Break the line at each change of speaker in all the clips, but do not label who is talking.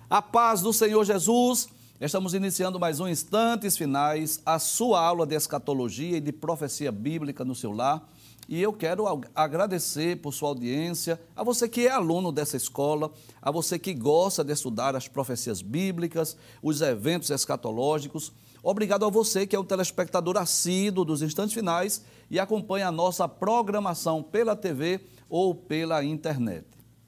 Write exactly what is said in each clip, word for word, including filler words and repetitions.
A paz do Senhor Jesus. Estamos iniciando mais um Instantes Finais, a sua aula de escatologia e de profecia bíblica no seu lar. E eu quero agradecer por sua audiência, a você que é aluno dessa escola, a você que gosta de estudar as profecias bíblicas, os eventos escatológicos. Obrigado a você que é um telespectador assíduo dos Instantes Finais e acompanha a nossa programação pela T V ou pela internet.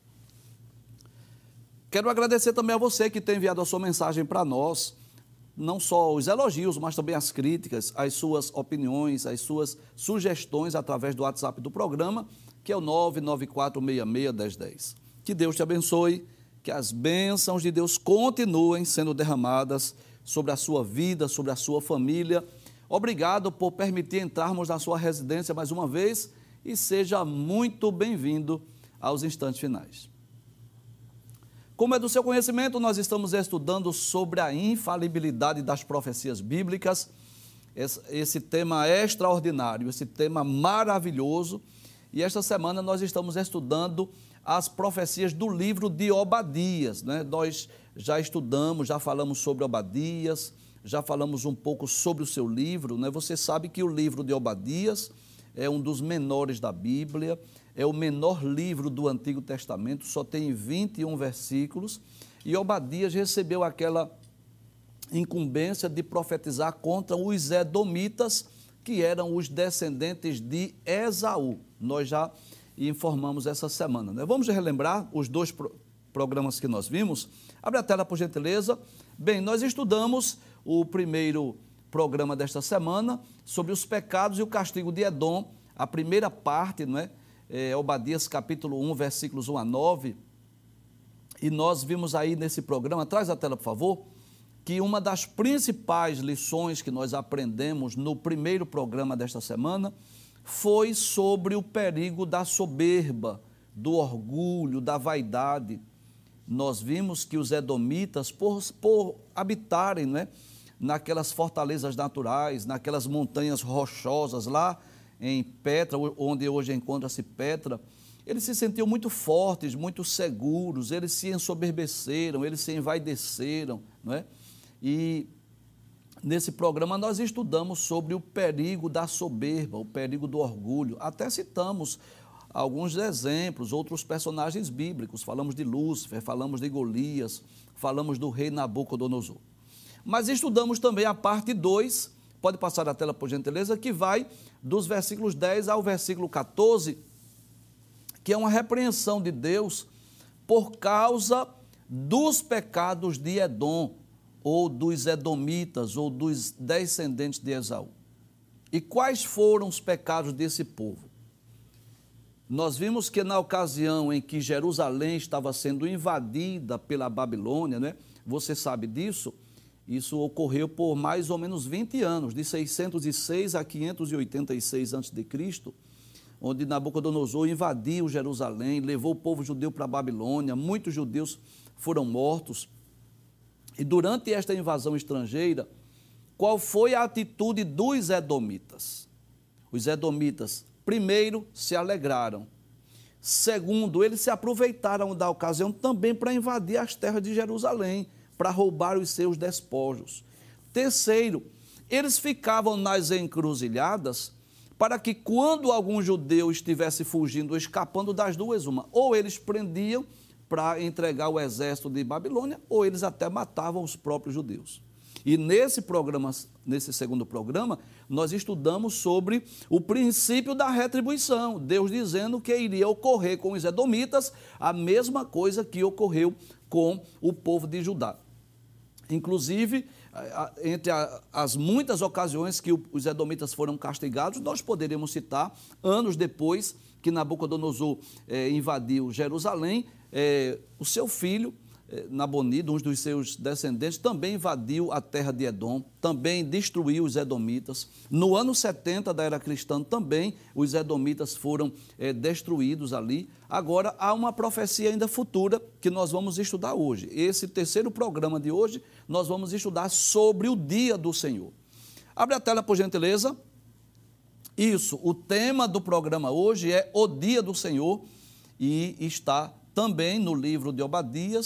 Quero agradecer também a você que tem enviado a sua mensagem para nós, não só os elogios, mas também as críticas, as suas opiniões, as suas sugestões através do WhatsApp do programa, que é o nove nove quatro seis seis um zero um zero. Que Deus te abençoe, que as bênçãos de Deus continuem sendo derramadas sobre a sua vida, sobre a sua família. Obrigado por permitir entrarmos na sua residência mais uma vez e seja muito bem-vindo aos Instantes Finais. Como é do seu conhecimento, nós estamos estudando sobre a infalibilidade das profecias bíblicas, esse, esse tema extraordinário, esse tema maravilhoso, e esta semana nós estamos estudando as profecias do livro de Obadias, né? Nós já estudamos, já falamos sobre Obadias, já falamos um pouco sobre o seu livro, né? Você sabe que o livro de Obadias é um dos menores da Bíblia, é o menor livro do Antigo Testamento, só tem vinte e um versículos, e Obadias recebeu aquela incumbência de profetizar contra os edomitas, que eram os descendentes de Esaú. Nós já informamos essa semana, né? Vamos relembrar os dois pro programas que nós vimos? Abre a tela, por gentileza. Bem, nós estudamos o primeiro programa desta semana sobre os pecados e o castigo de Edom, a primeira parte, não é? É, Obadias capítulo um, versículos um a nove, e nós vimos aí nesse programa, traz a tela por favor, que uma das principais lições que nós aprendemos no primeiro programa desta semana foi sobre o perigo da soberba, do orgulho, da vaidade. Nós vimos que os edomitas, por, por habitarem, não é, naquelas fortalezas naturais, naquelas montanhas rochosas lá, em Petra, onde hoje encontra-se Petra, eles se sentiam muito fortes, muito seguros, eles se ensoberbeceram, eles se envaideceram, não é? E nesse programa nós estudamos sobre o perigo da soberba, o perigo do orgulho, até citamos alguns exemplos, outros personagens bíblicos, falamos de Lúcifer, falamos de Golias, falamos do rei Nabucodonosor. Mas estudamos também a parte dois, pode passar a tela por gentileza, que vai dos versículos dez ao versículo quatorze, que é uma repreensão de Deus por causa dos pecados de Edom, ou dos edomitas, ou dos descendentes de Esaú. E quais foram os pecados desse povo? Nós vimos que na ocasião em que Jerusalém estava sendo invadida pela Babilônia, né? Você sabe disso? Isso ocorreu por mais ou menos vinte anos, de seiscentos e seis a quinhentos e oitenta e seis antes de Cristo, onde Nabucodonosor invadiu Jerusalém, levou o povo judeu para a Babilônia, muitos judeus foram mortos. E durante esta invasão estrangeira, qual foi a atitude dos edomitas? Os edomitas, primeiro, se alegraram. Segundo, eles se aproveitaram da ocasião também para invadir as terras de Jerusalém, para roubar os seus despojos. Terceiro, eles ficavam nas encruzilhadas para que quando algum judeu estivesse fugindo ou escapando, das duas uma, ou eles prendiam para entregar o exército de Babilônia, ou eles até matavam os próprios judeus. E nesse programa, nesse segundo programa, nós estudamos sobre o princípio da retribuição, Deus dizendo que iria ocorrer com os edomitas a mesma coisa que ocorreu com o povo de Judá. Inclusive, entre as muitas ocasiões que os edomitas foram castigados, nós poderíamos citar, anos depois que Nabucodonosor eh, invadiu Jerusalém, eh, o seu filho, eh, Nabonido, um dos seus descendentes, também invadiu a terra de Edom, também destruiu os edomitas. No ano setenta da era cristã, também os edomitas foram eh, destruídos ali. Agora, há uma profecia ainda futura que nós vamos estudar hoje. Esse terceiro programa de hoje, nós vamos estudar sobre o dia do Senhor. Abre a tela, por gentileza. Isso, o tema do programa hoje é o dia do Senhor e está também no livro de Obadias,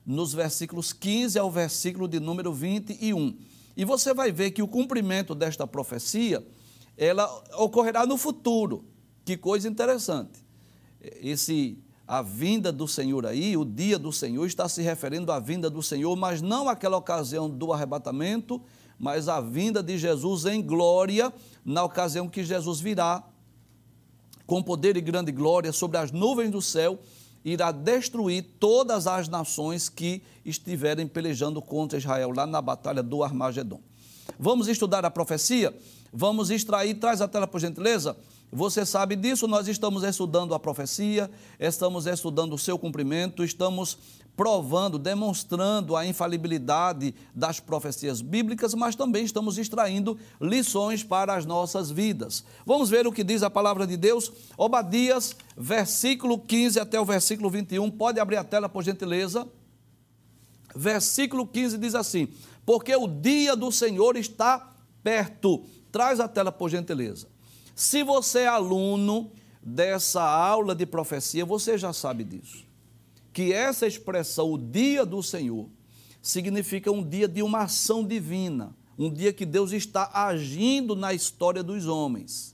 nos versículos quinze ao versículo de número vinte e um. E você vai ver que o cumprimento desta profecia, ela ocorrerá no futuro. Que coisa interessante. Esse, a vinda do Senhor aí, o dia do Senhor, está se referindo à vinda do Senhor, mas não àquela ocasião do arrebatamento, mas à vinda de Jesus em glória, na ocasião que Jesus virá com poder e grande glória sobre as nuvens do céu, irá destruir todas as nações que estiverem pelejando contra Israel, lá na batalha do Armagedon. Vamos estudar a profecia? Vamos extrair, traz a tela por gentileza. Você sabe disso, nós estamos estudando a profecia, estamos estudando o seu cumprimento, estamos provando, demonstrando a infalibilidade das profecias bíblicas, mas também estamos extraindo lições para as nossas vidas. Vamos ver o que diz a palavra de Deus, Obadias, versículo quinze até o versículo vinte e um, pode abrir a tela por gentileza. Versículo quinze diz assim: porque o dia do Senhor está perto. Traz a tela por gentileza. Se você é aluno dessa aula de profecia, você já sabe disso. Que essa expressão, o dia do Senhor, significa um dia de uma ação divina, um dia que Deus está agindo na história dos homens.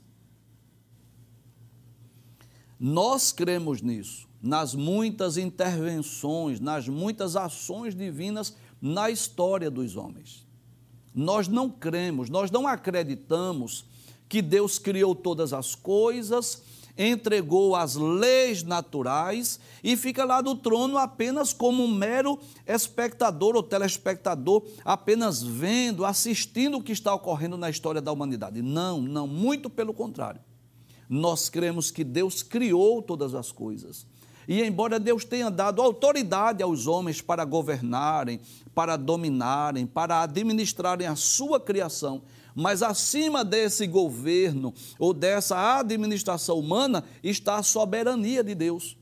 Nós cremos nisso, nas muitas intervenções, nas muitas ações divinas na história dos homens. Nós não cremos, nós não acreditamos que Deus criou todas as coisas, entregou as leis naturais e fica lá do trono apenas como um mero espectador ou telespectador, apenas vendo, assistindo o que está ocorrendo na história da humanidade. Não, não, muito pelo contrário. Nós cremos que Deus criou todas as coisas. E embora Deus tenha dado autoridade aos homens para governarem, para dominarem, para administrarem a sua criação, mas acima desse governo ou dessa administração humana está a soberania de Deus.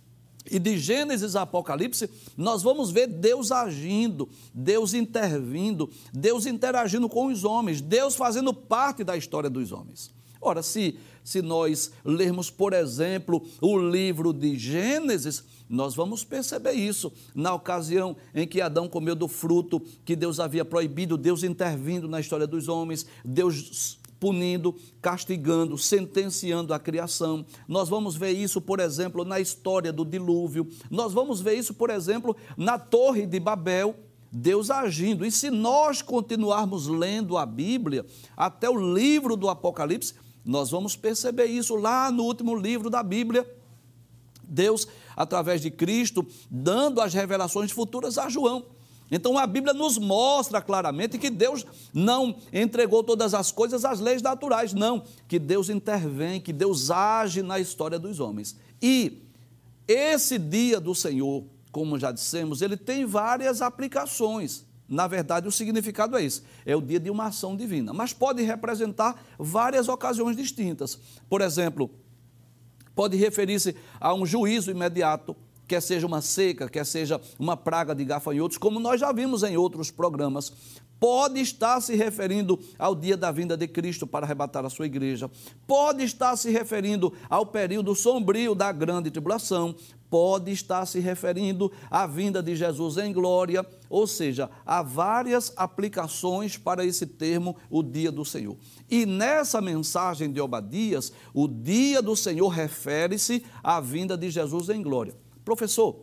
E de Gênesis a Apocalipse, nós vamos ver Deus agindo, Deus intervindo, Deus interagindo com os homens, Deus fazendo parte da história dos homens. Ora, se, se nós lermos, por exemplo, o livro de Gênesis, nós vamos perceber isso. Na ocasião em que Adão comeu do fruto que Deus havia proibido, Deus intervindo na história dos homens, Deus punindo, castigando, sentenciando a criação. Nós vamos ver isso, por exemplo, na história do dilúvio. Nós vamos ver isso, por exemplo, na Torre de Babel, Deus agindo. E se nós continuarmos lendo a Bíblia, até o livro do Apocalipse, nós vamos perceber isso lá no último livro da Bíblia. Deus, através de Cristo, dando as revelações futuras a João. Então a Bíblia nos mostra claramente que Deus não entregou todas as coisas às leis naturais, não, que Deus intervém, que Deus age na história dos homens. E esse dia do Senhor, como já dissemos, ele tem várias aplicações. Na verdade, o significado é esse, é o dia de uma ação divina, mas pode representar várias ocasiões distintas. Por exemplo, pode referir-se a um juízo imediato, quer seja uma seca, quer seja uma praga de gafanhotos, como nós já vimos em outros programas. Pode estar se referindo ao dia da vinda de Cristo para arrebatar a sua igreja. Pode estar se referindo ao período sombrio da grande tribulação. Pode estar se referindo à vinda de Jesus em glória. Ou seja, há várias aplicações para esse termo, o dia do Senhor. E nessa mensagem de Obadias, o dia do Senhor refere-se à vinda de Jesus em glória. Professor,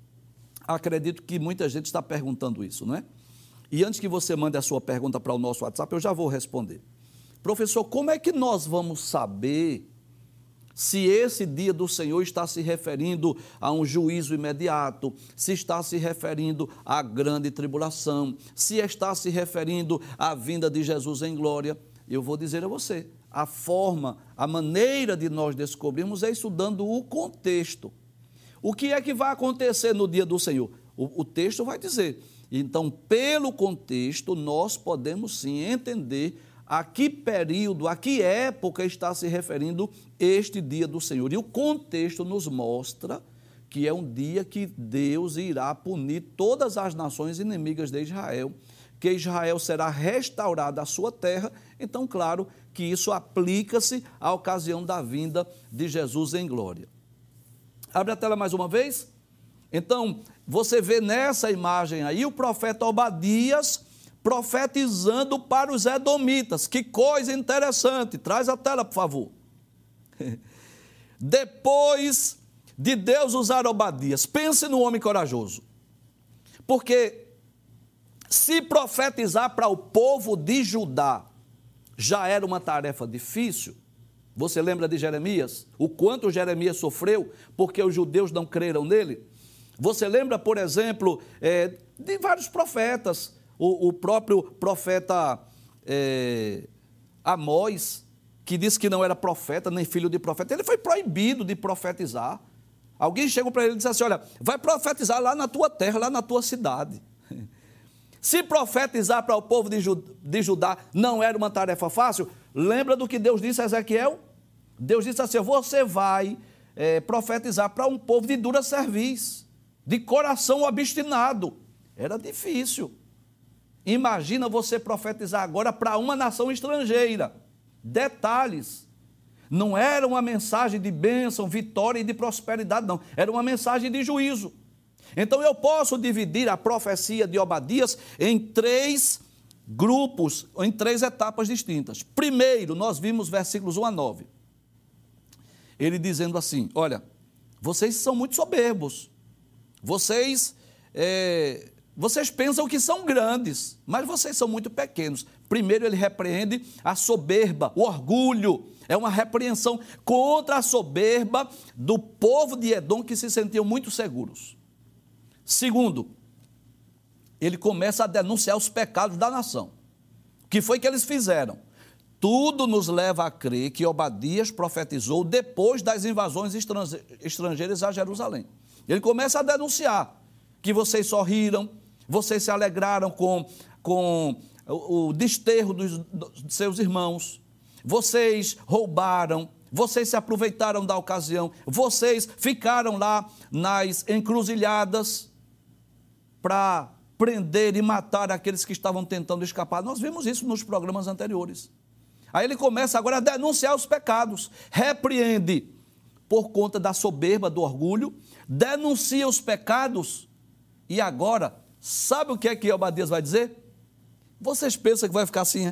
acredito que muita gente está perguntando isso, não é? E antes que você mande a sua pergunta para o nosso WhatsApp, eu já vou responder. Professor, como é que nós vamos saber se esse dia do Senhor está se referindo a um juízo imediato, se está se referindo à grande tribulação, se está se referindo à vinda de Jesus em glória? Eu vou dizer a você, a forma, a maneira de nós descobrirmos é estudando o contexto. O que é que vai acontecer no dia do Senhor? O, o texto vai dizer. Então, pelo contexto, nós podemos sim entender a que período, a que época está se referindo este dia do Senhor. E o contexto nos mostra que é um dia que Deus irá punir todas as nações inimigas de Israel, que Israel será restaurada à sua terra. Então, claro que isso aplica-se à ocasião da vinda de Jesus em glória. Abre a tela mais uma vez. Então, você vê nessa imagem aí o profeta Obadias profetizando para os edomitas. Que coisa interessante. Traz a tela, por favor. Depois de Deus usar Obadias, pense no homem corajoso. Porque se profetizar para o povo de Judá já era uma tarefa difícil, você lembra de Jeremias? O quanto Jeremias sofreu porque os judeus não creram nele? Você lembra, por exemplo, é, de vários profetas, o, o próprio profeta é, Amós, que disse que não era profeta, nem filho de profeta, ele foi proibido de profetizar. Alguém chegou para ele e disse assim, olha, vai profetizar lá na tua terra, lá na tua cidade. Se profetizar para o povo de, Ju, de Judá não era uma tarefa fácil, lembra do que Deus disse a Ezequiel? Deus disse assim, você vai é, profetizar para um povo de dura cerviz, de coração obstinado. Era difícil. Imagina você profetizar agora para uma nação estrangeira. Detalhes. Não era uma mensagem de bênção, vitória e de prosperidade, não. Era uma mensagem de juízo. Então eu posso dividir a profecia de Obadias em três grupos, em três etapas distintas. Primeiro, nós vimos versículos um a nove. Ele dizendo assim, olha, vocês são muito soberbos. Vocês, é, vocês pensam que são grandes, mas vocês são muito pequenos. Primeiro ele repreende a soberba, o orgulho. É uma repreensão contra a soberba do povo de Edom que se sentiam muito seguros. Segundo, ele começa a denunciar os pecados da nação. O que foi que eles fizeram? Tudo nos leva a crer que Obadias profetizou depois das invasões estrangeiras a Jerusalém. Ele começa a denunciar que vocês sorriram, vocês se alegraram com, com o, o desterro dos, dos seus irmãos, vocês roubaram, vocês se aproveitaram da ocasião, vocês ficaram lá nas encruzilhadas para prender e matar aqueles que estavam tentando escapar. Nós vimos isso nos programas anteriores. Aí ele começa agora a denunciar os pecados, repreende por conta da soberba, do orgulho, denuncia os pecados e agora, sabe o que é que Obadias vai dizer? Vocês pensam que vai ficar assim, é?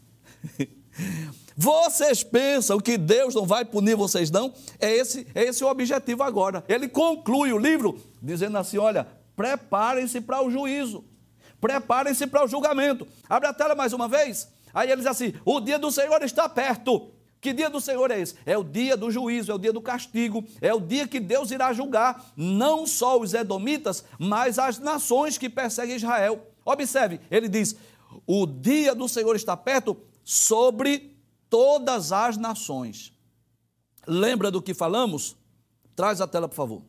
Vocês pensam que Deus não vai punir vocês, não? É esse, é esse o objetivo agora. Ele conclui o livro dizendo assim, olha, preparem-se para o juízo, preparem-se para o julgamento. Abre a tela mais uma vez. Aí ele diz assim, o dia do Senhor está perto. Que dia do Senhor é esse? É o dia do juízo, é o dia do castigo, é o dia que Deus irá julgar não só os edomitas, mas as nações que perseguem Israel. Observe, ele diz, o dia do Senhor está perto sobre todas as nações. Lembra do que falamos? Traz a tela, por favor.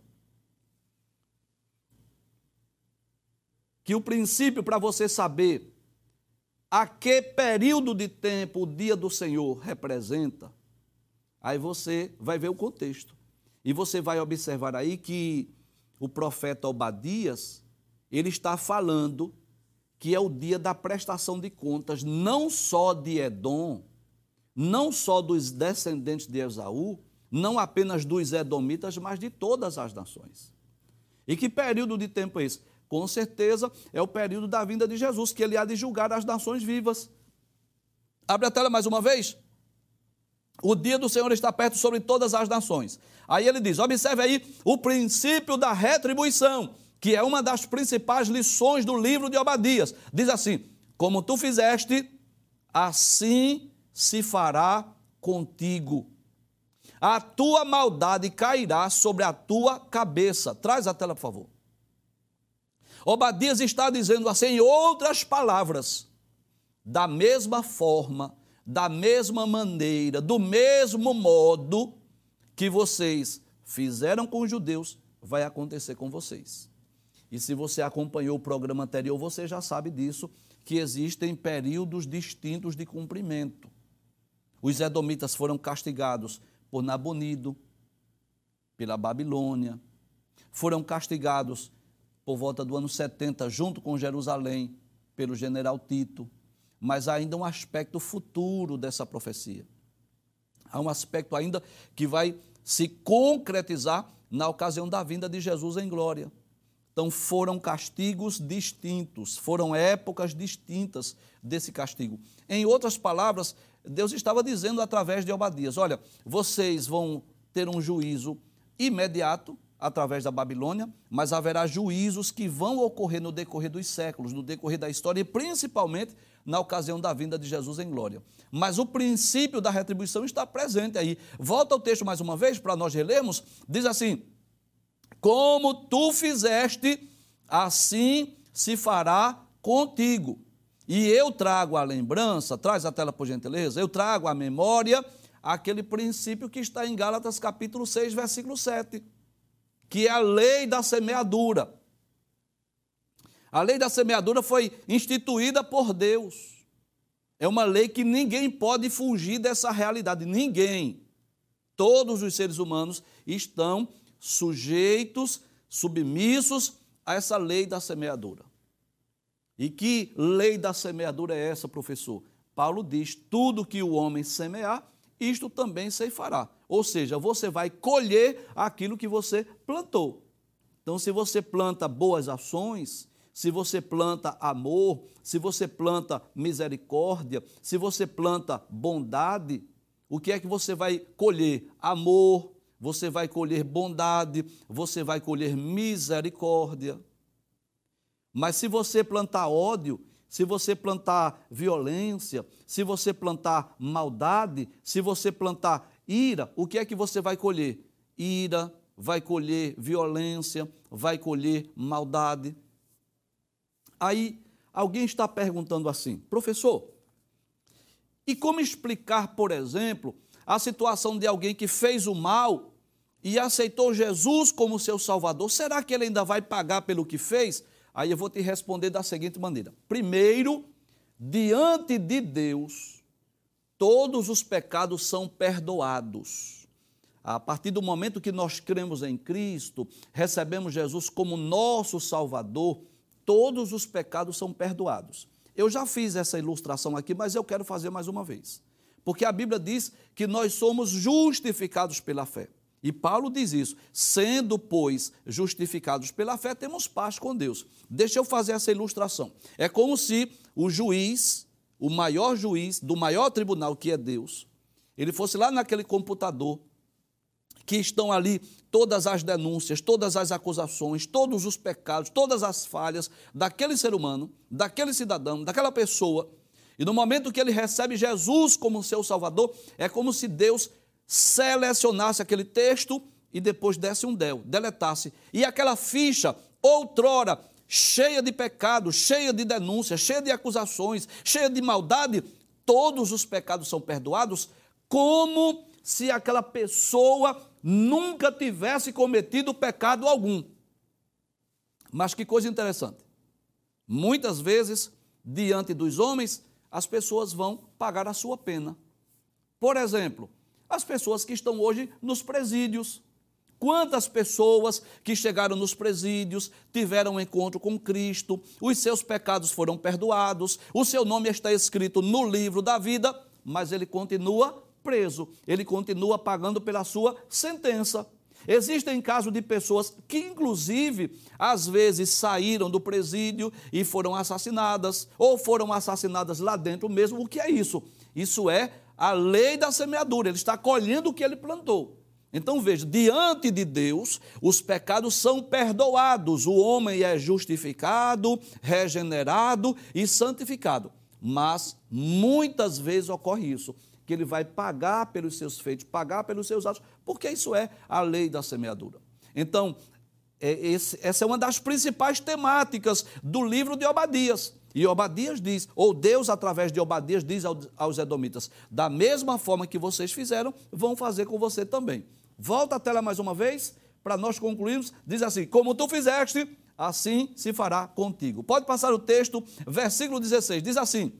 Que o princípio para você saber a que período de tempo o dia do Senhor representa, aí você vai ver o contexto. E você vai observar aí que o profeta Obadias, ele está falando que é o dia da prestação de contas, não só de Edom, não só dos descendentes de Esaú, não apenas dos edomitas, mas de todas as nações. E que período de tempo é esse? Com certeza é o período da vinda de Jesus, que ele há de julgar as nações vivas. Abre a tela mais uma vez. O dia do Senhor está perto sobre todas as nações. Aí ele diz, observe aí o princípio da retribuição, que é uma das principais lições do livro de Obadias. Diz assim, como tu fizeste, assim se fará contigo. A tua maldade cairá sobre a tua cabeça. Traz a tela, por favor. Obadias está dizendo assim, em outras palavras, da mesma forma, da mesma maneira, do mesmo modo que vocês fizeram com os judeus, vai acontecer com vocês. E se você acompanhou o programa anterior, você já sabe disso, que existem períodos distintos de cumprimento. Os edomitas foram castigados por Nabonido, pela Babilônia, foram castigados por volta do ano setenta, junto com Jerusalém, pelo general Tito, mas há ainda um aspecto futuro dessa profecia. Há um aspecto ainda que vai se concretizar na ocasião da vinda de Jesus em glória. Então foram castigos distintos, foram épocas distintas desse castigo. Em outras palavras, Deus estava dizendo através de Obadias, olha, vocês vão ter um juízo imediato através da Babilônia, mas haverá juízos que vão ocorrer no decorrer dos séculos, no decorrer da história e principalmente na ocasião da vinda de Jesus em glória. Mas o princípio da retribuição está presente aí. Volta ao texto mais uma vez para nós relermos, diz assim, como tu fizeste, assim se fará contigo. E eu trago a lembrança, traz a tela por gentileza, eu trago à memória aquele princípio que está em Gálatas capítulo seis, versículo sete, que é a lei da semeadura. A lei da semeadura foi instituída por Deus. É uma lei que ninguém pode fugir dessa realidade, ninguém. Todos os seres humanos estão sujeitos, submissos a essa lei da semeadura. E que lei da semeadura é essa, professor? Paulo diz, tudo que o homem semear, isto também ceifará. Ou seja, você vai colher aquilo que você plantou. Então, se você planta boas ações, se você planta amor, se você planta misericórdia, se você planta bondade, o que é que você vai colher? Amor, você vai colher bondade, você vai colher misericórdia. Mas se você plantar ódio, se você plantar violência, se você plantar maldade, se você plantar ira, o que é que você vai colher? Ira, vai colher violência, vai colher maldade. Aí alguém está perguntando assim, professor, e como explicar, por exemplo, a situação de alguém que fez o mal e aceitou Jesus como seu Salvador? Será que ele ainda vai pagar pelo que fez? Aí eu vou te responder da seguinte maneira. Primeiro, diante de Deus, todos os pecados são perdoados. A partir do momento que nós cremos em Cristo, recebemos Jesus como nosso Salvador, todos os pecados são perdoados. Eu já fiz essa ilustração aqui, mas eu quero fazer mais uma vez. Porque a Bíblia diz que nós somos justificados pela fé. E Paulo diz isso, sendo, pois, justificados pela fé, temos paz com Deus. Deixa eu fazer essa ilustração. É como se o juiz, o maior juiz do maior tribunal, que é Deus, ele fosse lá naquele computador, que estão ali todas as denúncias, todas as acusações, todos os pecados, todas as falhas daquele ser humano, daquele cidadão, daquela pessoa. E no momento que ele recebe Jesus como seu Salvador, é como se Deus selecionasse aquele texto e depois desse um del, deletasse. E aquela ficha, outrora, cheia de pecados, cheia de denúncias, cheia de acusações, cheia de maldade, todos os pecados são perdoados, como se aquela pessoa nunca tivesse cometido pecado algum. Mas que coisa interessante. Muitas vezes, diante dos homens, as pessoas vão pagar a sua pena. Por exemplo, as pessoas que estão hoje nos presídios. Quantas pessoas que chegaram nos presídios, tiveram um encontro com Cristo, os seus pecados foram perdoados, o seu nome está escrito no livro da vida, mas ele continua preso, ele continua pagando pela sua sentença. Existem casos de pessoas que, inclusive, às vezes saíram do presídio e foram assassinadas, ou foram assassinadas lá dentro mesmo. O que é isso? Isso é a lei da semeadura, ele está colhendo o que ele plantou. Então veja, diante de Deus, os pecados são perdoados, o homem é justificado, regenerado e santificado. Mas muitas vezes ocorre isso, que ele vai pagar pelos seus feitos, pagar pelos seus atos, porque isso é a lei da semeadura. Então, é esse, essa é uma das principais temáticas do livro de Obadias. E Obadias diz, ou Deus, através de Obadias, diz aos edomitas, da mesma forma que vocês fizeram, vão fazer com você também. Volta a tela mais uma vez, para nós concluirmos, diz assim, como tu fizeste, assim se fará contigo. Pode passar o texto, versículo dezesseis, diz assim,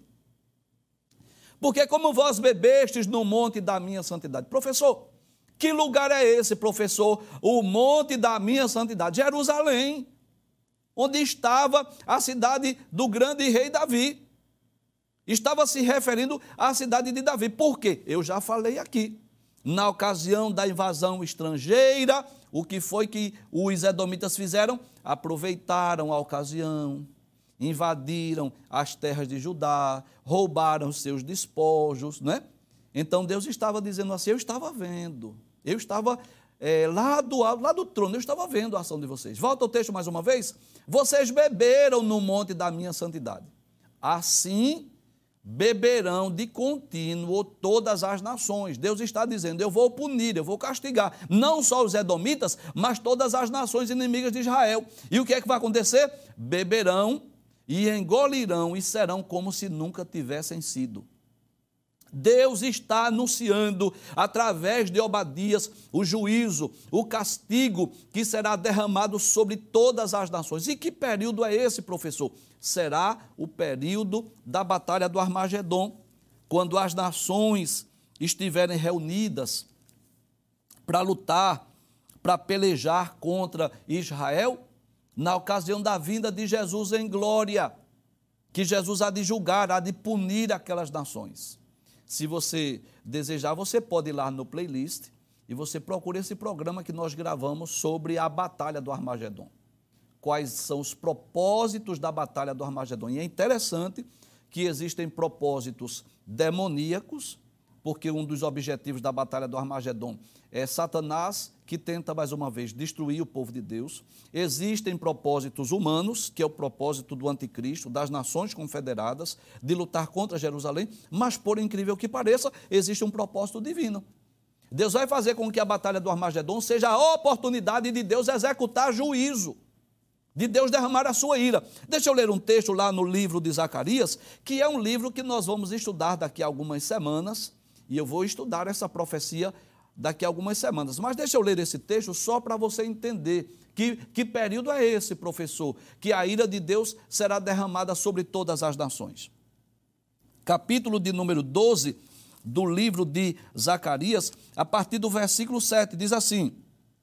porque como vós bebestes no monte da minha santidade. Professor, que lugar é esse, professor? O monte da minha santidade, Jerusalém, onde estava a cidade do grande rei Davi. Estava se referindo à cidade de Davi. Por quê? Eu já falei aqui. Na ocasião da invasão estrangeira, o que foi que os edomitas fizeram? aproveitaram a ocasião, invadiram as terras de Judá, roubaram seus despojos, né? Então Deus estava dizendo assim, eu estava vendo, eu estava é, lá, do, lá do trono, eu estava vendo a ação de vocês. Volta ao texto mais uma vez. Vocês beberam no monte da minha santidade. Assim beberão de contínuo todas as nações. Deus está dizendo, eu vou punir, eu vou castigar, não só os edomitas, mas todas as nações inimigas de Israel. E o que é que vai acontecer? Beberão e engolirão e serão como se nunca tivessem sido. Deus está anunciando, através de Obadias, o juízo, o castigo que será derramado sobre todas as nações. E que período é esse, professor? Será o período da batalha do Armagedon, quando as nações estiverem reunidas para lutar, para pelejar contra Israel, na ocasião da vinda de Jesus em glória, que Jesus há de julgar, há de punir aquelas nações. Se você desejar, você pode ir lá no playlist e você procura esse programa que nós gravamos sobre a Batalha do Armagedon. Quais são os propósitos da Batalha do Armagedon. E é interessante que existem propósitos demoníacos, porque um dos objetivos da Batalha do Armagedon é Satanás, que tenta, mais uma vez, destruir o povo de Deus. Existem propósitos humanos, que é o propósito do anticristo, das nações confederadas, de lutar contra Jerusalém, mas, por incrível que pareça, existe um propósito divino. Deus vai fazer com que a Batalha do Armagedon seja a oportunidade de Deus executar juízo, de Deus derramar a sua ira. Deixa eu ler um texto lá no livro de Zacarias, que é um livro que nós vamos estudar daqui a algumas semanas, e eu vou estudar essa profecia daqui a algumas semanas. Mas deixa eu ler esse texto só para você entender que, que período é esse, professor, que a ira de Deus será derramada sobre todas as nações. Capítulo de número doze do livro de Zacarias, a partir do versículo sete, diz assim: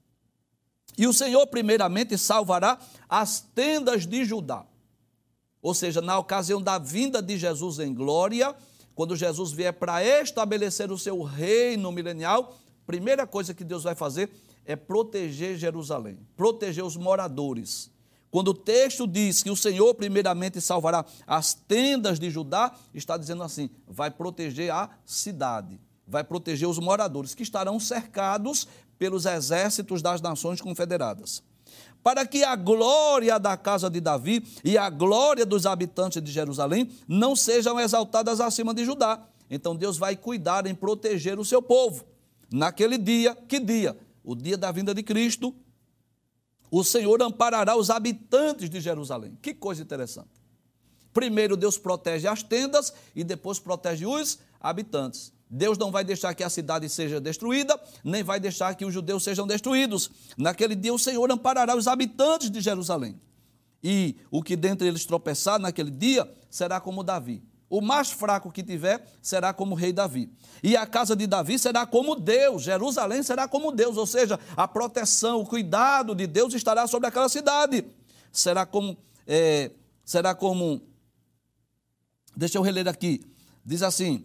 e o Senhor primeiramente salvará as tendas de Judá. Ou seja, na ocasião da vinda de Jesus em glória, quando Jesus vier para estabelecer o seu reino milenial, primeira coisa que Deus vai fazer é proteger Jerusalém, proteger os moradores. Quando o texto diz que o Senhor primeiramente salvará as tendas de Judá, está dizendo assim, vai proteger a cidade, vai proteger os moradores, que estarão cercados pelos exércitos das nações confederadas. Para que a glória da casa de Davi e a glória dos habitantes de Jerusalém não sejam exaltadas acima de Judá. Então Deus vai cuidar em proteger o seu povo. Naquele dia, que dia? O dia da vinda de Cristo, o Senhor amparará os habitantes de Jerusalém. Que coisa interessante. Primeiro Deus protege as tendas e depois protege os habitantes. Deus não vai deixar que a cidade seja destruída, nem vai deixar que os judeus sejam destruídos. Naquele dia o Senhor amparará os habitantes de Jerusalém. E o que dentre eles tropeçar naquele dia será como Davi. O mais fraco que tiver será como o rei Davi. E a casa de Davi será como Deus, Jerusalém será como Deus, ou seja, a proteção, o cuidado de Deus estará sobre aquela cidade. Será como, é, será como, deixa eu reler aqui, diz assim: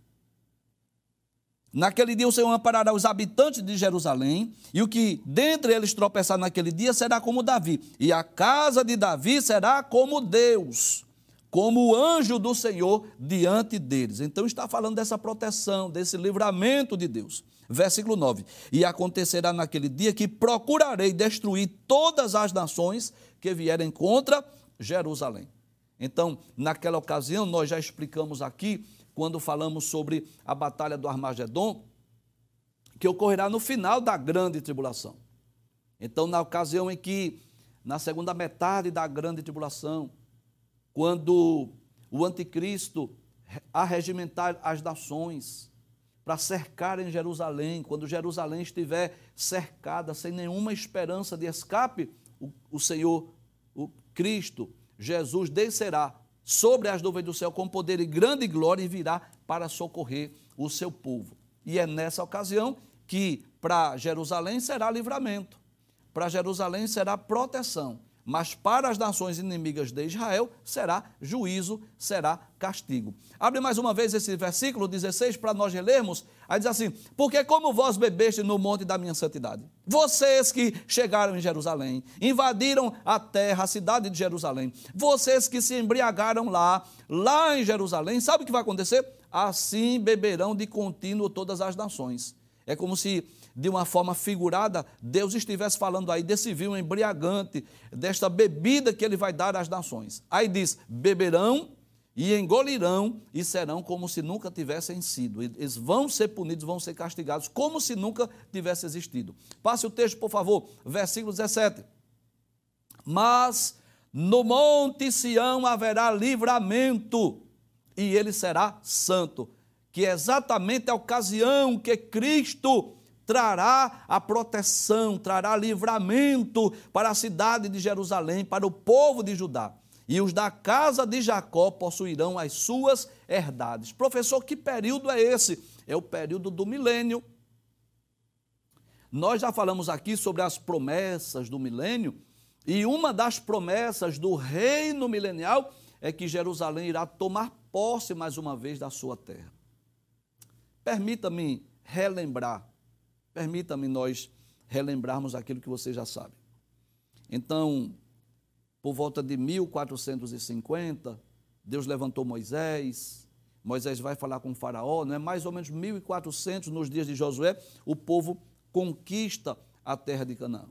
naquele dia o Senhor amparará os habitantes de Jerusalém, e o que dentre eles tropeçar naquele dia será como Davi, e a casa de Davi será como Deus, como o anjo do Senhor diante deles. Então está falando dessa proteção, desse livramento de Deus. Versículo nove, e acontecerá naquele dia que procurarei destruir todas as nações que vierem contra Jerusalém. Então, naquela ocasião, nós já explicamos aqui, quando falamos sobre a batalha do Armagedon, que ocorrerá no final da grande tribulação. Então, na ocasião em que, na segunda metade da grande tribulação, quando o anticristo arregimentar as nações para cercarem Jerusalém, quando Jerusalém estiver cercada, sem nenhuma esperança de escape, o, o Senhor, o Cristo, Jesus, descerá sobre as nuvens do céu com poder e grande glória e virá para socorrer o seu povo. E é nessa ocasião que para Jerusalém será livramento, para Jerusalém será proteção, mas para as nações inimigas de Israel será juízo, será castigo. Abre mais uma vez esse versículo dezesseis para nós relermos. Aí diz assim: porque como vós bebeste no monte da minha santidade, vocês que chegaram em Jerusalém, invadiram a terra, a cidade de Jerusalém, vocês que se embriagaram lá, lá em Jerusalém, sabe o que vai acontecer? Assim beberão de contínuo todas as nações. É como se, de uma forma figurada, Deus estivesse falando aí desse vinho embriagante, desta bebida que ele vai dar às nações. Aí diz: beberão e engolirão e serão como se nunca tivessem sido. Eles vão ser punidos, vão ser castigados, como se nunca tivesse existido. Passe o texto, por favor, versículo dezessete. Mas no monte Sião haverá livramento, e ele será santo, que é exatamente a ocasião que Cristo trará a proteção, trará livramento para a cidade de Jerusalém, para o povo de Judá. E os da casa de Jacó possuirão as suas herdades. Professor, que período é esse? É o período do milênio. Nós já falamos aqui sobre as promessas do milênio, e uma das promessas do reino milenial é que Jerusalém irá tomar posse mais uma vez da sua terra. Permita-me relembrar, permita-me nós relembrarmos aquilo que você já sabe. Então, por volta de mil quatrocentos e cinquenta, Deus levantou Moisés, Moisés vai falar com o faraó, não é? Mais ou menos mil e quatrocentos, nos dias de Josué, o povo conquista a terra de Canaã.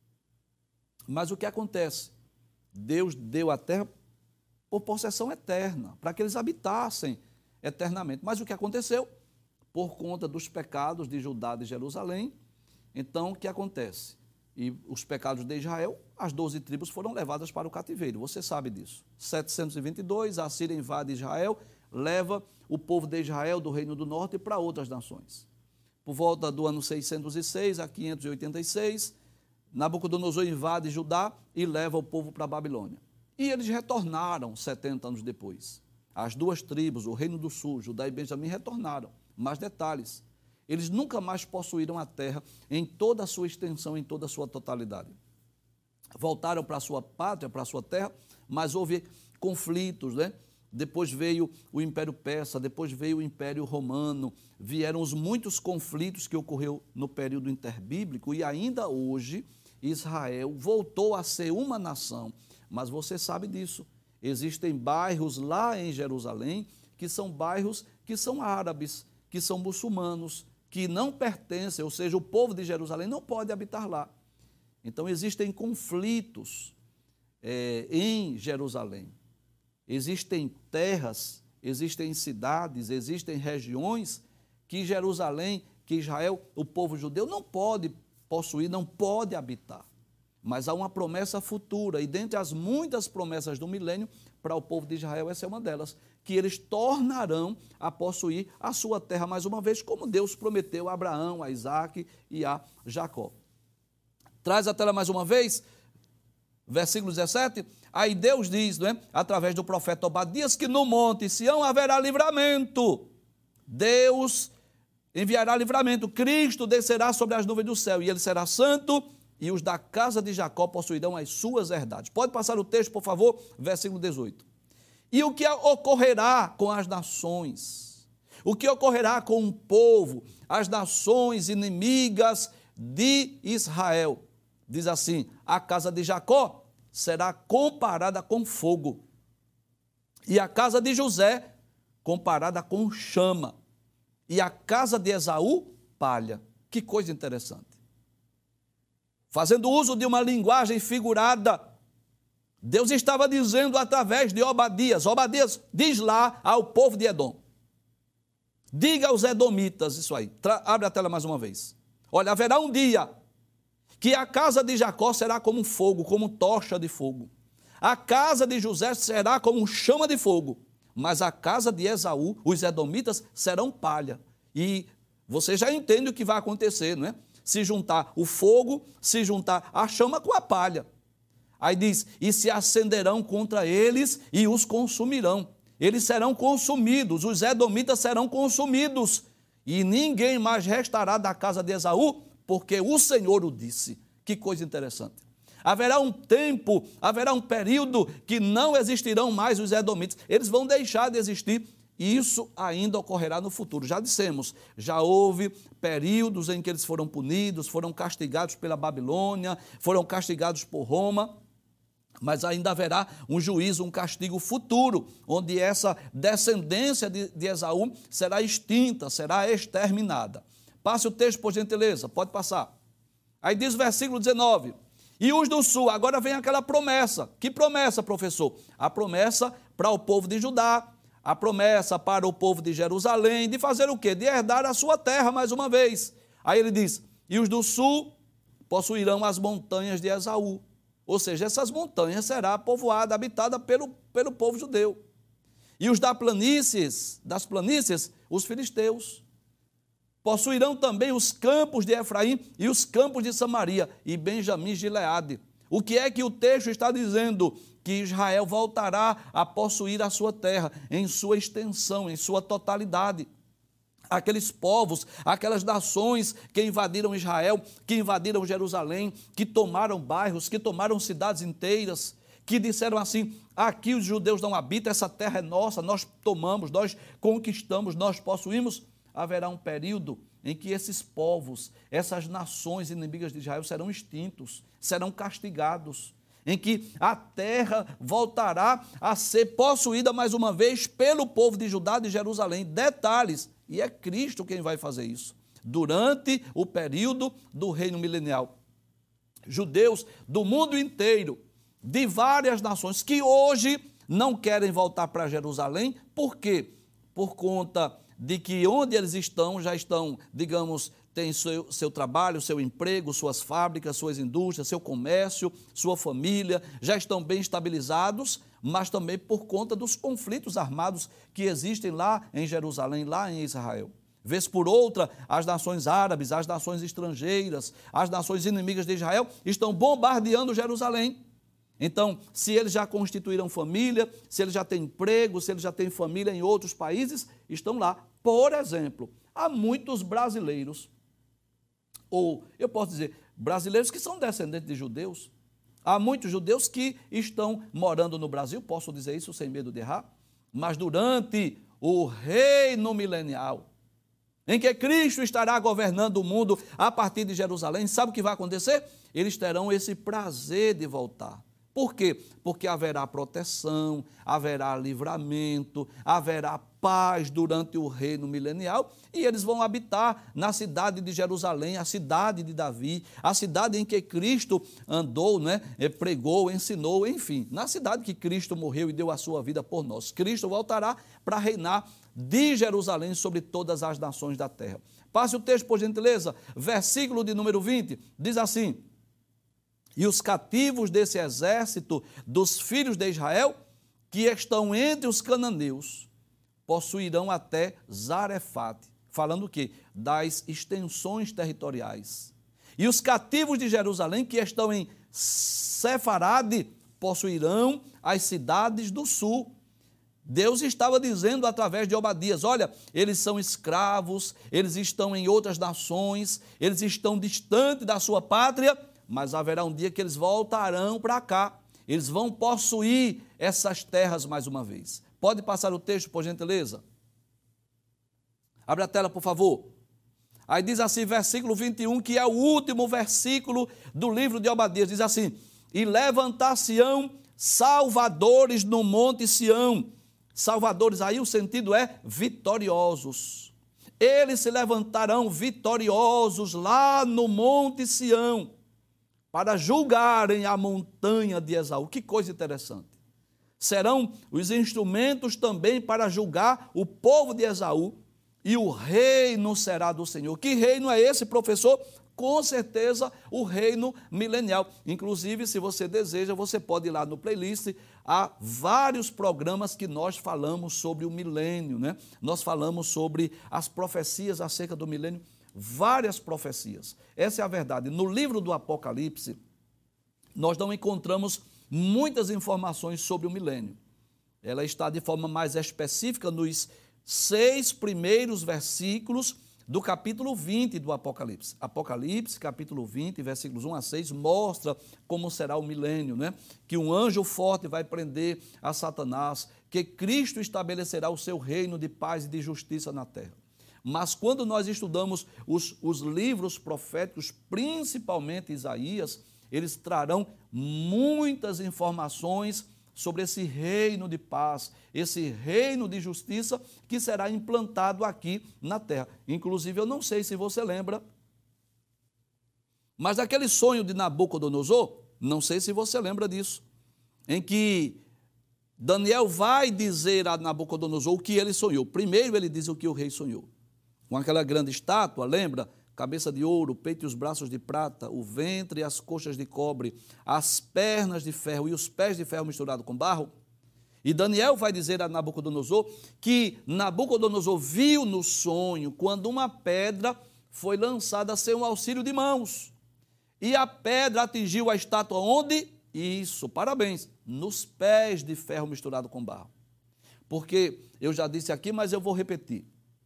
Mas o que acontece? Deus deu a terra por possessão eterna, para que eles habitassem eternamente. Mas o que aconteceu? Por conta dos pecados de Judá e de Jerusalém, então o que acontece? E os pecados de Israel, as doze tribos foram levadas para o cativeiro, você sabe disso. setecentos e vinte e dois, a Síria invade Israel, leva o povo de Israel do Reino do Norte para outras nações. Por volta do ano seiscentos e seis a quinhentos e oitenta e seis, Nabucodonosor invade Judá e leva o povo para a Babilônia. E eles retornaram setenta anos depois. As duas tribos, o Reino do Sul, Judá e Benjamim, retornaram. Mais detalhes, eles nunca mais possuíram a terra em toda a sua extensão, em toda a sua totalidade. Voltaram para a sua pátria, para a sua terra, mas houve conflitos, né? Depois veio o Império Persa, depois veio o Império Romano, vieram os muitos conflitos que ocorreu no período interbíblico, e ainda hoje Israel voltou a ser uma nação. Mas você sabe disso, existem bairros lá em Jerusalém que são bairros que são árabes, que são muçulmanos, que não pertencem, ou seja, o povo de Jerusalém não pode habitar lá. Então existem conflitos é, em Jerusalém. Existem terras, existem cidades, existem regiões que Jerusalém, que Israel, o povo judeu, não pode possuir, não pode habitar. Mas há uma promessa futura, e dentre as muitas promessas do milênio, para o povo de Israel, essa é uma delas, que eles tornarão a possuir a sua terra mais uma vez, como Deus prometeu a Abraão, a Isaac e a Jacó. Traz a tela mais uma vez, versículo dezessete, aí Deus diz, não é, através do profeta Obadias, que no monte Sião haverá livramento. Deus enviará livramento, Cristo descerá sobre as nuvens do céu, e ele será santo, e os da casa de Jacó possuirão as suas herdades. Pode passar o texto, por favor, versículo dezoito. E o que ocorrerá com as nações? O que ocorrerá com o povo, as nações inimigas de Israel? Diz assim, a casa de Jacó será comparada com fogo, e a casa de José comparada com chama, e a casa de Esaú, palha. Que coisa interessante. Fazendo uso de uma linguagem figurada, Deus estava dizendo através de Obadias, Obadias diz lá ao povo de Edom, diga aos edomitas isso aí, Tra- abre a tela mais uma vez, olha, haverá um dia que a casa de Jacó será como fogo, como tocha de fogo, a casa de José será como chama de fogo, mas a casa de Esaú, os edomitas, serão palha. E você já entende o que vai acontecer, não é? Se juntar o fogo, se juntar a chama com a palha. Aí diz, e se acenderão contra eles e os consumirão. Eles serão consumidos, os edomitas serão consumidos, e ninguém mais restará da casa de Esaú, porque o Senhor o disse. Que coisa interessante. Haverá um tempo, haverá um período que não existirão mais os edomitas. Eles vão deixar de existir. E isso ainda ocorrerá no futuro. Já dissemos, já houve períodos em que eles foram punidos, foram castigados pela Babilônia, foram castigados por Roma, mas ainda haverá um juízo, um castigo futuro, onde essa descendência de, de Esaú será extinta, será exterminada. Passe o texto, por gentileza, pode passar. Aí diz o versículo dezenove, e os do sul, agora vem aquela promessa. Que promessa, professor? A promessa para o povo de Judá, a promessa para o povo de Jerusalém, de fazer o quê? De herdar a sua terra mais uma vez. Aí ele diz, e os do sul possuirão as montanhas de Esaú. Ou seja, essas montanhas será povoada, habitada pelo, pelo povo judeu. E os da planícies, das planícies, os filisteus. Possuirão também os campos de Efraim e os campos de Samaria e Benjamim Gileade. O que é que o texto está dizendo? Que Israel voltará a possuir a sua terra em sua extensão, em sua totalidade. Aqueles povos, aquelas nações que invadiram Israel, que invadiram Jerusalém, que tomaram bairros, que tomaram cidades inteiras, que disseram assim, aqui os judeus não habitam, essa terra é nossa, nós tomamos, nós conquistamos, nós possuímos. Haverá um período em que esses povos, essas nações inimigas de Israel serão extintos, serão castigados, em que a terra voltará a ser possuída mais uma vez pelo povo de Judá e de Jerusalém. Detalhes, e é Cristo quem vai fazer isso, durante o período do reino milenial. Judeus do mundo inteiro, de várias nações, que hoje não querem voltar para Jerusalém, por quê? Por conta de que onde eles estão, já estão, digamos, tem seu, seu trabalho, seu emprego, suas fábricas, suas indústrias, seu comércio, sua família, já estão bem estabilizados, mas também por conta dos conflitos armados que existem lá em Jerusalém, lá em Israel. Vez por outra, as nações árabes, as nações estrangeiras, as nações inimigas de Israel estão bombardeando Jerusalém. Então, se eles já constituíram família, se eles já têm emprego, se eles já têm família em outros países, estão lá. Por exemplo, há muitos brasileiros, ou eu posso dizer, brasileiros que são descendentes de judeus. Há muitos judeus que estão morando no Brasil, posso dizer isso sem medo de errar, mas durante o reino milenial, em que Cristo estará governando o mundo a partir de Jerusalém, sabe o que vai acontecer? Eles terão esse prazer de voltar. Por quê? Porque haverá proteção, haverá livramento, haverá paz durante o reino milenial e eles vão habitar na cidade de Jerusalém, a cidade de Davi, a cidade em que Cristo andou, né, pregou, ensinou, enfim, na cidade que Cristo morreu e deu a sua vida por nós. Cristo voltará para reinar de Jerusalém sobre todas as nações da terra. Passe o texto, por gentileza, versículo de número vinte, diz assim, e os cativos desse exército dos filhos de Israel, que estão entre os cananeus, possuirão até Zarefate, falando o quê? Das extensões territoriais. E os cativos de Jerusalém, que estão em Sefarade, possuirão as cidades do sul. Deus estava dizendo através de Obadias, olha, eles são escravos, eles estão em outras nações, eles estão distantes da sua pátria, mas haverá um dia que eles voltarão para cá, eles vão possuir essas terras mais uma vez. Pode passar o texto, por gentileza? Abre a tela, por favor. Aí diz assim, versículo vinte e um, que é o último versículo do livro de Obadias, diz assim, e levantar-se-ão salvadores no monte Sião. Salvadores, aí o sentido é vitoriosos. Eles se levantarão vitoriosos lá no monte Sião, para julgarem a montanha de Esaú. Que coisa interessante. Serão os instrumentos também para julgar o povo de Esaú, e o reino será do Senhor. Que reino é esse, professor? Com certeza o reino milenial. Inclusive, se você deseja, você pode ir lá no playlist, há vários programas que nós falamos sobre o milênio, né? Nós falamos sobre as profecias acerca do milênio, várias profecias. Essa é a verdade. No livro do Apocalipse, nós não encontramos muitas informações sobre o milênio. Ela está de forma mais específica nos seis primeiros versículos do capítulo vinte do Apocalipse. Apocalipse, capítulo vinte, versículos um a seis, mostra como será o milênio, né? Que um anjo forte vai prender a Satanás, que Cristo estabelecerá o seu reino de paz e de justiça na terra. Mas quando nós estudamos os, os livros proféticos, principalmente Isaías, eles trarão muitas informações sobre esse reino de paz, esse reino de justiça que será implantado aqui na terra. Inclusive, eu não sei se você lembra, mas aquele sonho de Nabucodonosor, não sei se você lembra disso, em que Daniel vai dizer a Nabucodonosor o que ele sonhou. Primeiro ele diz o que o rei sonhou. Com aquela grande estátua, lembra? Cabeça de ouro, peito e os braços de prata, o ventre e as coxas de cobre, as pernas de ferro e os pés de ferro misturado com barro. E Daniel vai dizer a Nabucodonosor que Nabucodonosor viu no sonho quando uma pedra foi lançada sem um auxílio de mãos. E a pedra atingiu a estátua onde? Isso, parabéns, nos pés de ferro misturado com barro. Porque eu já disse aqui, mas eu vou repetir.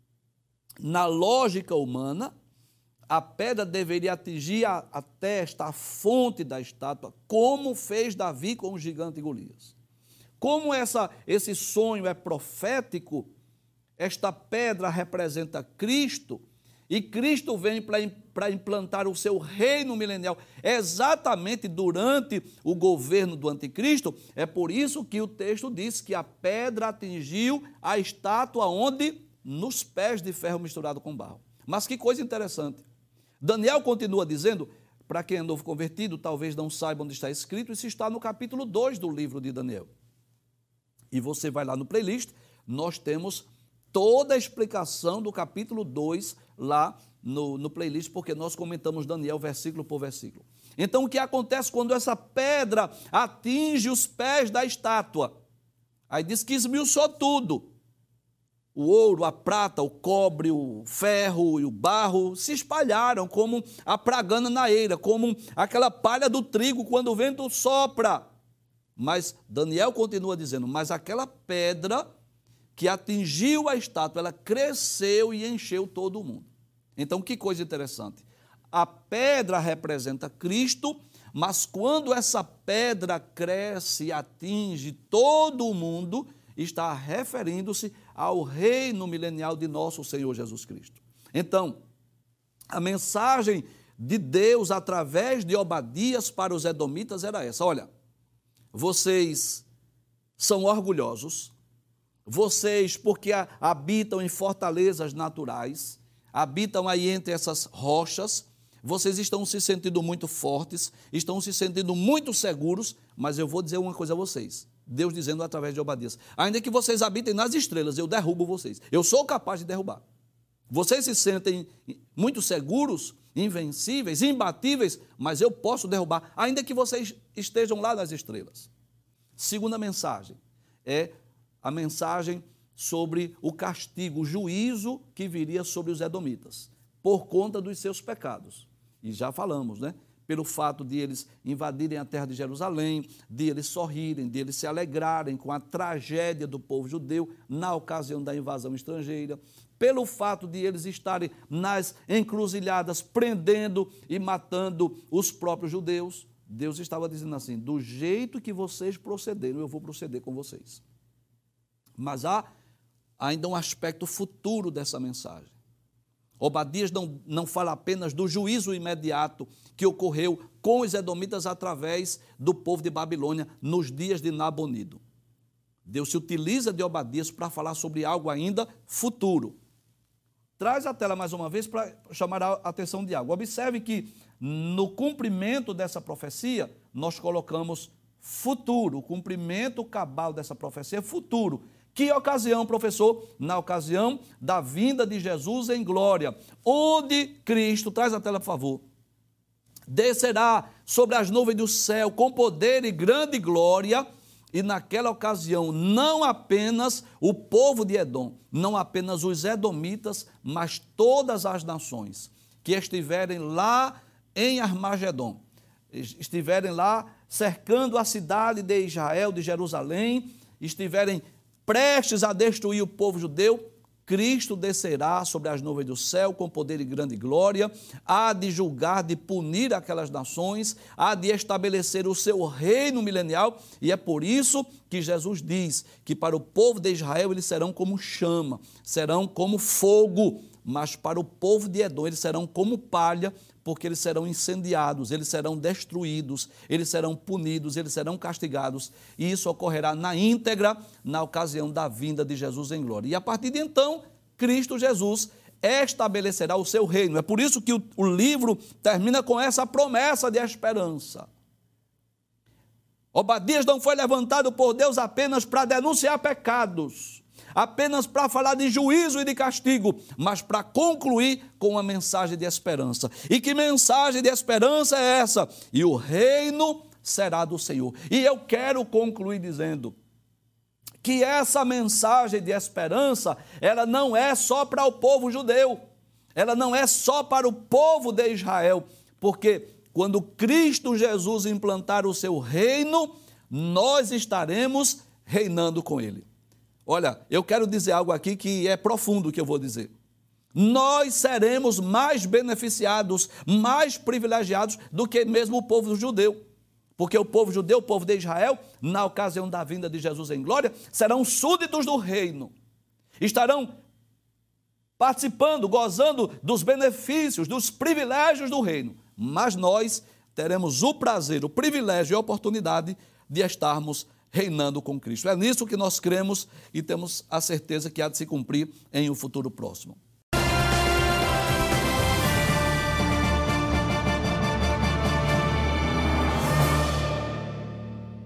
Na lógica humana, a pedra deveria atingir a, a testa, a fonte da estátua, como fez Davi com o gigante Golias. Como essa, esse sonho é profético, esta pedra representa Cristo, e Cristo vem para implantar o seu reino milenial exatamente durante o governo do anticristo. É por isso que o texto diz que a pedra atingiu a estátua onde? Nos pés de ferro misturado com barro. Mas que coisa interessante. Daniel continua dizendo, para quem é novo convertido, talvez não saiba onde está escrito, isso está no capítulo dois do livro de Daniel. E você vai lá no playlist, nós temos toda a explicação do capítulo dois lá no, no playlist, porque nós comentamos Daniel versículo por versículo. Então, o que acontece quando essa pedra atinge os pés da estátua? Aí diz que esmiuçou tudo. O ouro, a prata, o cobre, o ferro e o barro se espalharam como a pragana na eira, como aquela palha do trigo quando o vento sopra. Mas Daniel continua dizendo, mas aquela pedra que atingiu a estátua, ela cresceu e encheu todo o mundo. Então, que coisa interessante. A pedra representa Cristo, mas quando essa pedra cresce e atinge todo o mundo, está referindo-se ao reino milenial de nosso Senhor Jesus Cristo. Então, a mensagem de Deus através de Obadias para os edomitas era essa: olha, vocês são orgulhosos, vocês, porque habitam em fortalezas naturais, habitam aí entre essas rochas, vocês estão se sentindo muito fortes, estão se sentindo muito seguros, mas eu vou dizer uma coisa a vocês. Deus dizendo através de Obadias, ainda que vocês habitem nas estrelas, eu derrubo vocês. Eu sou capaz de derrubar. Vocês se sentem muito seguros, invencíveis, imbatíveis, mas eu posso derrubar, ainda que vocês estejam lá nas estrelas. Segunda mensagem é a mensagem sobre o castigo, o juízo que viria sobre os edomitas, por conta dos seus pecados. E já falamos, né? Pelo fato de eles invadirem a terra de Jerusalém, de eles sorrirem, de eles se alegrarem com a tragédia do povo judeu na ocasião da invasão estrangeira, pelo fato de eles estarem nas encruzilhadas prendendo e matando os próprios judeus. Deus estava dizendo assim, do jeito que vocês procederam, eu vou proceder com vocês. Mas há ainda um aspecto futuro dessa mensagem. Obadias não, não fala apenas do juízo imediato que ocorreu com os edomitas através do povo de Babilônia nos dias de Nabonido. Deus se utiliza de Obadias para falar sobre algo ainda futuro. Traz a tela mais uma vez para chamar a atenção de algo. Observe que no cumprimento dessa profecia, nós colocamos futuro, o cumprimento cabal dessa profecia é futuro. Que ocasião, professor? Na ocasião da vinda de Jesus em glória, onde Cristo, traz a tela, por favor, descerá sobre as nuvens do céu com poder e grande glória, e naquela ocasião não apenas o povo de Edom, não apenas os edomitas, mas todas as nações que estiverem lá em Armagedom, estiverem lá cercando a cidade de Israel, de Jerusalém, estiverem prestes a destruir o povo judeu, Cristo descerá sobre as nuvens do céu com poder e grande glória, há de julgar, de punir aquelas nações, há de estabelecer o seu reino milenial, e é por isso que Jesus diz que para o povo de Israel eles serão como chama, serão como fogo, mas para o povo de Edom eles serão como palha, porque eles serão incendiados, eles serão destruídos, eles serão punidos, eles serão castigados, e isso ocorrerá na íntegra, na ocasião da vinda de Jesus em glória. E a partir de então, Cristo Jesus estabelecerá o seu reino. É por isso que o, o livro termina com essa promessa de esperança. Obadias não foi levantado por Deus apenas para denunciar pecados, apenas para falar de juízo e de castigo, mas para concluir com uma mensagem de esperança. E que mensagem de esperança é essa? E o reino será do Senhor. E eu quero concluir dizendo que essa mensagem de esperança, ela não é só para o povo judeu, ela não é só para o povo de Israel, porque quando Cristo Jesus implantar o seu reino, nós estaremos reinando com ele. Olha, eu quero dizer algo aqui que é profundo o que eu vou dizer. Nós seremos mais beneficiados, mais privilegiados do que mesmo o povo judeu. Porque o povo judeu, o povo de Israel, na ocasião da vinda de Jesus em glória, serão súditos do reino. Estarão participando, gozando dos benefícios, dos privilégios do reino. Mas nós teremos o prazer, o privilégio e a oportunidade de estarmos reinando com Cristo. É nisso que nós cremos e temos a certeza que há de se cumprir em um futuro próximo.